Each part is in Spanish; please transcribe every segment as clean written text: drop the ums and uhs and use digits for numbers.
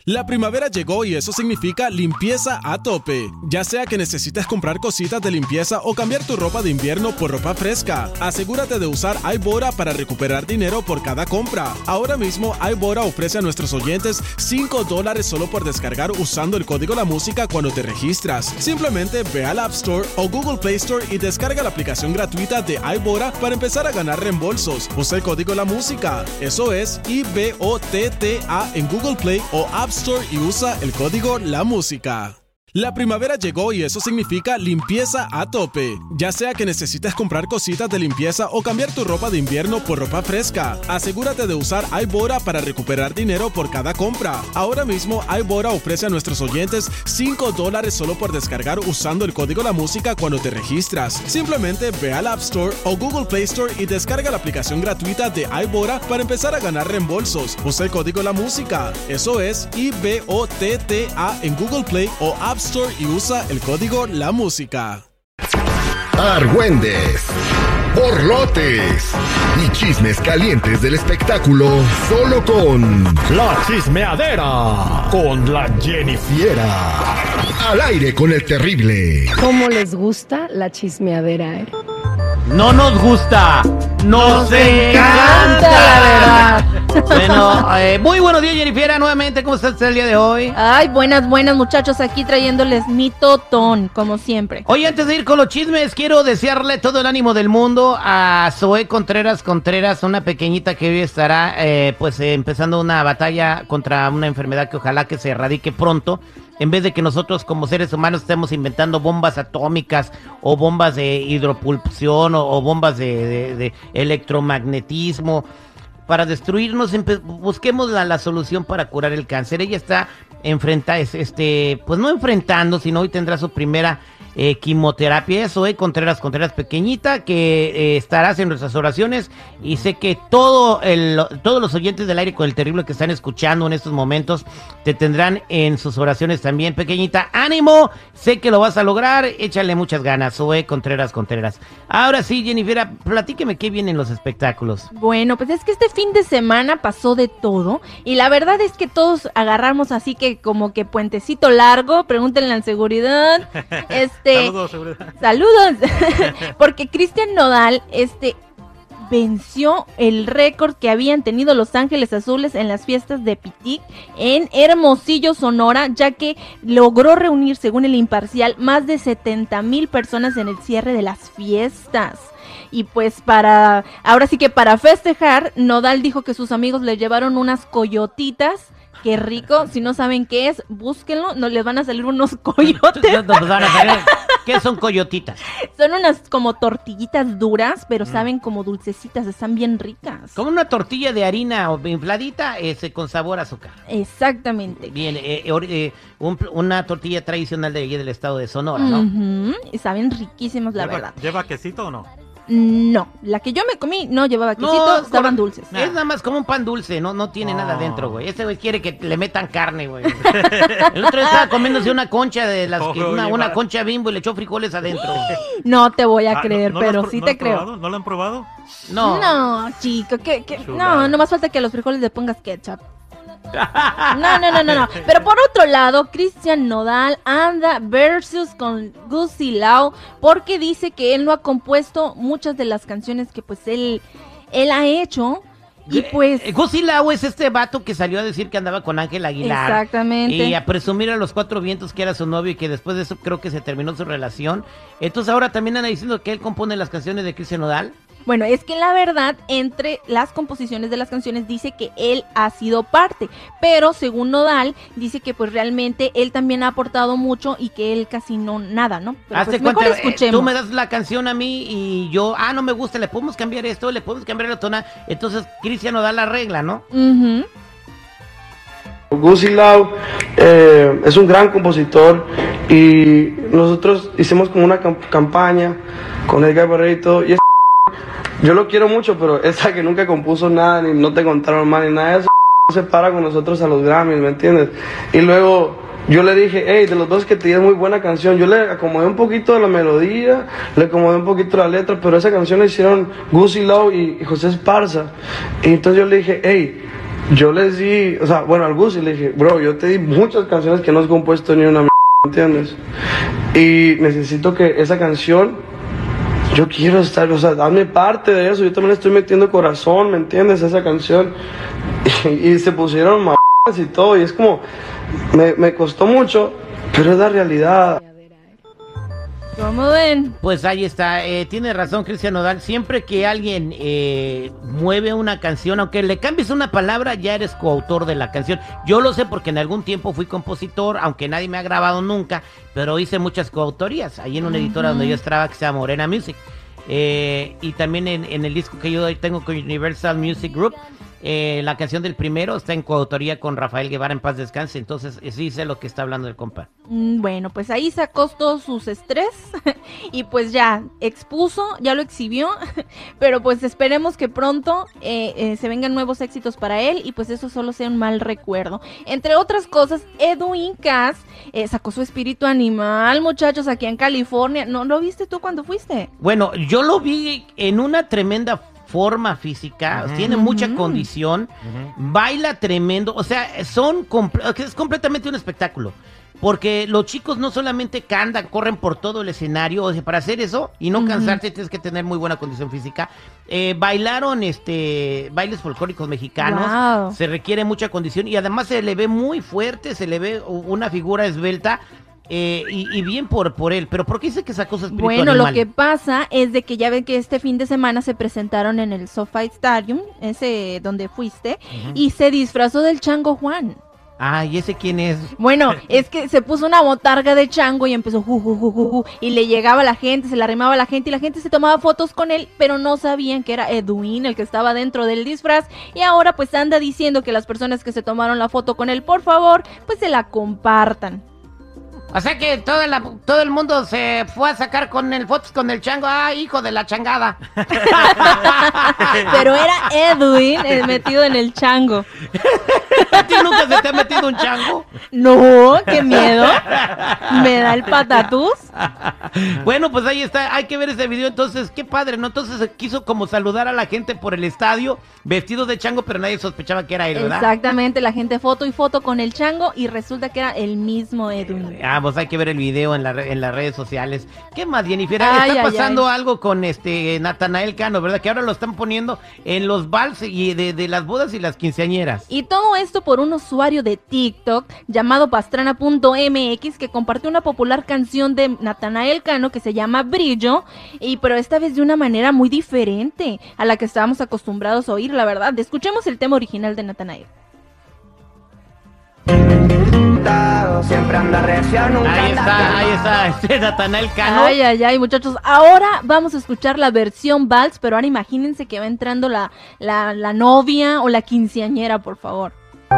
La primavera llegó y eso significa limpieza a tope. Ya sea que necesites comprar cositas de limpieza o cambiar tu ropa de invierno por ropa fresca, asegúrate de usar iBora para recuperar dinero por cada compra. Ahora mismo iBora ofrece a nuestros oyentes $5 solo por descargar usando el código La Música cuando te registras. Simplemente ve al App Store o Google Play Store y descarga la aplicación gratuita de iBora para empezar a ganar reembolsos. Usa el código La Música. Eso es IBOTTA en Google Play o App Store y usa el código La Música. La primavera llegó y eso significa limpieza a tope. Ya sea que necesites comprar cositas de limpieza o cambiar tu ropa de invierno por ropa fresca, asegúrate de usar iBora para recuperar dinero por cada compra. Ahora mismo iBora ofrece a nuestros oyentes $5 solo por descargar usando el código La Música cuando te registras. Simplemente ve al App Store o Google Play Store y descarga la aplicación gratuita de iBora para empezar a ganar reembolsos. Usa el código La Música. Eso es IBOTTA en Google Play o App Store y usa el código La Música. Argüendes, borlotes y chismes calientes del espectáculo solo con La Chismeadera con la Jennifiera. Al aire con el terrible. ¿Cómo les gusta la chismeadera, No nos gusta, nos encanta, la verdad. Bueno, muy buenos días, Jennifiera, nuevamente, ¿cómo estás el día de hoy? Ay, buenas muchachos, aquí trayéndoles mi totón, como siempre. Oye, antes de ir con los chismes, quiero desearle todo el ánimo del mundo a Zoe Contreras, una pequeñita que hoy estará empezando una batalla contra una enfermedad que ojalá que se erradique pronto. En vez de que nosotros como seres humanos estemos inventando bombas atómicas o bombas de hidropulsión o bombas de electromagnetismo para destruirnos, busquemos la solución para curar el cáncer. Ella está no enfrentando, sino hoy tendrá su primera quimioterapia. Eso, Contreras pequeñita, que estarás en nuestras oraciones, y sé que todos los oyentes del aire con el terrible que están escuchando en estos momentos te tendrán en sus oraciones también, pequeñita. ¡Ánimo! Sé que lo vas a lograr, échale muchas ganas, Zoe Contreras. Ahora sí, Jennifer, platíqueme qué vienen los espectáculos. Bueno, pues es que este fin de semana pasó de todo, y la verdad es que todos agarramos así que como que puentecito largo, pregúntenle a la seguridad, Saludos, seguridad. Saludos, porque Cristian Nodal, venció el récord que habían tenido Los Ángeles Azules en las fiestas de Pitic en Hermosillo, Sonora, ya que logró reunir, según El Imparcial, más de 70,000 personas en el cierre de las fiestas. Y pues ahora sí que para festejar, Nodal dijo que sus amigos le llevaron unas coyotitas. Qué rico, si no saben qué es, búsquenlo, no les van a salir unos coyotes. ¿Qué son coyotitas? Son unas como tortillitas duras, pero saben como dulcecitas, están bien ricas. Como una tortilla de harina infladita, con sabor a azúcar. Exactamente. Bien, una tortilla tradicional de allí del estado de Sonora, ¿no? Y saben riquísimos, la verdad. ¿Lleva quesito o no? No, la que yo me comí no llevaba quesito, estaban dulces. Es nada más como un pan dulce, no tiene nada dentro, güey. Ese güey quiere que le metan carne, güey. El otro día estaba comiéndose una concha una concha Bimbo y le echó frijoles adentro. No te voy a creer, pero sí te creo. Probado? ¿No lo han probado? No, chico, no más falta que a los frijoles le pongas ketchup. No. Pero por otro lado, Cristian Nodal anda versus con Gucci Lau, porque dice que él no ha compuesto muchas de las canciones que pues él ha hecho. Y pues Gucci Lau es este vato que salió a decir que andaba con Ángel Aguilar. Exactamente. Y a presumir a los cuatro vientos que era su novio y que después de eso creo que se terminó su relación. Entonces ahora también anda diciendo que él compone las canciones de Cristian Nodal. Bueno, es que la verdad, entre las composiciones de las canciones dice que él ha sido parte, pero según Nodal, dice que pues realmente él también ha aportado mucho y que él casi nada, ¿no? Pero hazte pues mejor cuenta, escuchemos. Tú me das la canción a mí y yo, no me gusta, le podemos cambiar esto, le podemos cambiar la tona, entonces Cristian Nodal la regla, ¿no? Gucci Lau es un gran compositor y nosotros hicimos como una campaña con Edgar Barreto y yo lo quiero mucho, pero esa que nunca compuso nada, ni no te contaron mal, ni nada de eso, se para con nosotros a los Grammys, ¿me entiendes? Y luego yo le dije, hey, de los dos que te di es muy buena canción, yo le acomodé un poquito de la melodía, le acomodé un poquito la letra, pero esa canción la hicieron Gucci Lau y José Esparza, y entonces yo le dije, hey, yo les di, o sea, bueno, al Gus y le dije, bro, yo te di muchas canciones que no has compuesto ni una ¿entiendes? Y necesito que esa canción, yo quiero estar, o sea, dame parte de eso, yo también le estoy metiendo corazón, ¿me entiendes? A esa canción. Y se pusieron y todo, y es como, me costó mucho, pero es la realidad. ¿Cómo ven? Pues ahí está, tiene razón Cristian Nodal, siempre que alguien mueve una canción, aunque le cambies una palabra, ya eres coautor de la canción. Yo lo sé porque en algún tiempo fui compositor, aunque nadie me ha grabado nunca, pero hice muchas coautorías, ahí en una editora donde yo estaba que se llama Morena Music, y también en el disco que yo tengo con Universal Music Group, la canción del primero está en coautoría con Rafael Guevara, en paz descanse, entonces sí sé lo que está hablando el compa. Bueno, pues ahí sacó todos sus estrés y pues ya expuso, ya lo exhibió, pero pues esperemos que pronto se vengan nuevos éxitos para él y pues eso solo sea un mal recuerdo. Entre otras cosas, Edwin Cass sacó su espíritu animal, muchachos, aquí en California. ¿No lo viste tú cuando fuiste? Bueno, yo lo vi en una tremenda forma física, tiene mucha condición, baila tremendo, o sea, es completamente un espectáculo, porque los chicos no solamente cantan, corren por todo el escenario, o sea, para hacer eso y no cansarte tienes que tener muy buena condición física. Bailaron bailes folclóricos mexicanos, se requiere mucha condición y además se le ve muy fuerte, se le ve una figura esbelta. Y bien por él, pero ¿por qué dice que sacó su espíritu animal? Bueno, lo que pasa es de que ya ven que este fin de semana se presentaron en el SoFi Stadium, ese donde fuiste, y se disfrazó del Chango Juan. Ah, ¿y ese quién es? Bueno, es que se puso una botarga de chango y empezó y le llegaba a la gente, se le arrimaba a la gente y la gente se tomaba fotos con él, pero no sabían que era Edwin el que estaba dentro del disfraz y ahora pues anda diciendo que las personas que se tomaron la foto con él, por favor, pues se la compartan. O sea que todo el mundo se fue a sacar fotos con el chango. Ah, hijo de la changada. Pero era Edwin metido en el chango. ¿A ti nunca se te ha metido un chango? No, qué miedo. Me da el patatús. Bueno, pues ahí está, hay que ver ese video. Entonces, qué padre, ¿no? Entonces quiso como saludar a la gente por el estadio, vestido de chango, pero nadie sospechaba que era él, ¿verdad? Exactamente, la gente foto y foto con el chango y resulta que era el mismo Edwin. Pues hay que ver el video en las redes sociales. ¿Qué más, Jennifer? Está pasando algo con Natanael Cano, ¿verdad? Que ahora lo están poniendo en los vals y de las bodas y las quinceañeras. Y todo esto por un usuario de TikTok llamado pastrana.mx que compartió una popular canción de Natanael Cano que se llama Brillo, pero esta vez de una manera muy diferente a la que estábamos acostumbrados a oír, la verdad. Escuchemos el tema original de Natanael. Siempre anda recio, nunca ahí está, Natanael Cano. Ay, muchachos, ahora vamos a escuchar la versión vals, pero ahora imagínense que va entrando la novia o la quinceañera, por favor.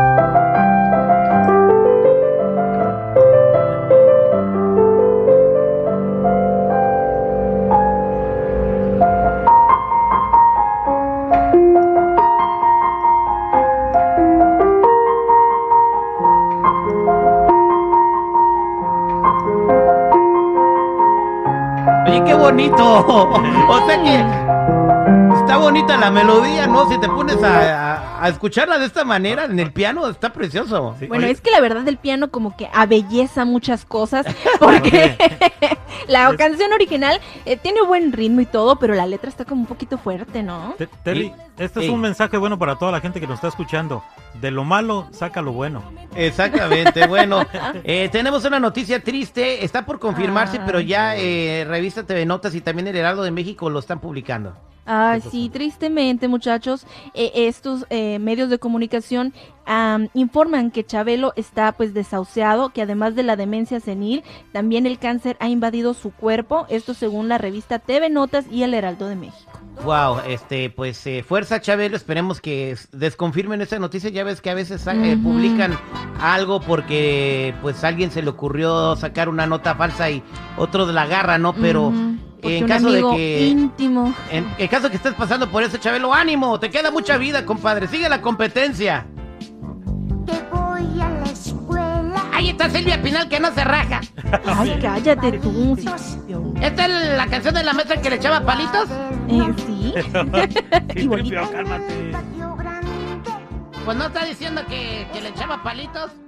Oye, qué bonito. O sea que está bonita la melodía, ¿no? Si te pones a escucharla de esta manera en el piano, está precioso. Sí, bueno, es que la verdad el piano como que abelleza muchas cosas, porque la canción original tiene buen ritmo y todo, pero la letra está como un poquito fuerte, ¿no? Terry, este es un mensaje bueno para toda la gente que nos está escuchando. De lo malo, saca lo bueno. Exactamente, bueno, tenemos una noticia triste, está por confirmarse, pero ya Revista TV Notas y también el Heraldo de México lo están publicando. Ay, sí, tristemente, muchachos, estos medios de comunicación informan que Chabelo está pues desahuciado, que además de la demencia senil, también el cáncer ha invadido su cuerpo, esto según la revista TV Notas y el Heraldo de México. Wow, pues fuerza Chabelo, esperemos que desconfirmen esa noticia, ya ves que a veces publican algo porque pues a alguien se le ocurrió sacar una nota falsa y otros la agarran, ¿no? Pero en caso de que íntimo. En caso que estés pasando por eso, Chabelo, ánimo, te queda mucha vida, compadre, sigue la competencia. Que voy a la escuela. Ahí está Silvia Pinal que no se raja. Ay, cállate tú. Sí. ¿Esta es la canción de la maestra que le echaba palitos? Sí. Qué limpio, cálmate. pues no está diciendo que le echaba palitos.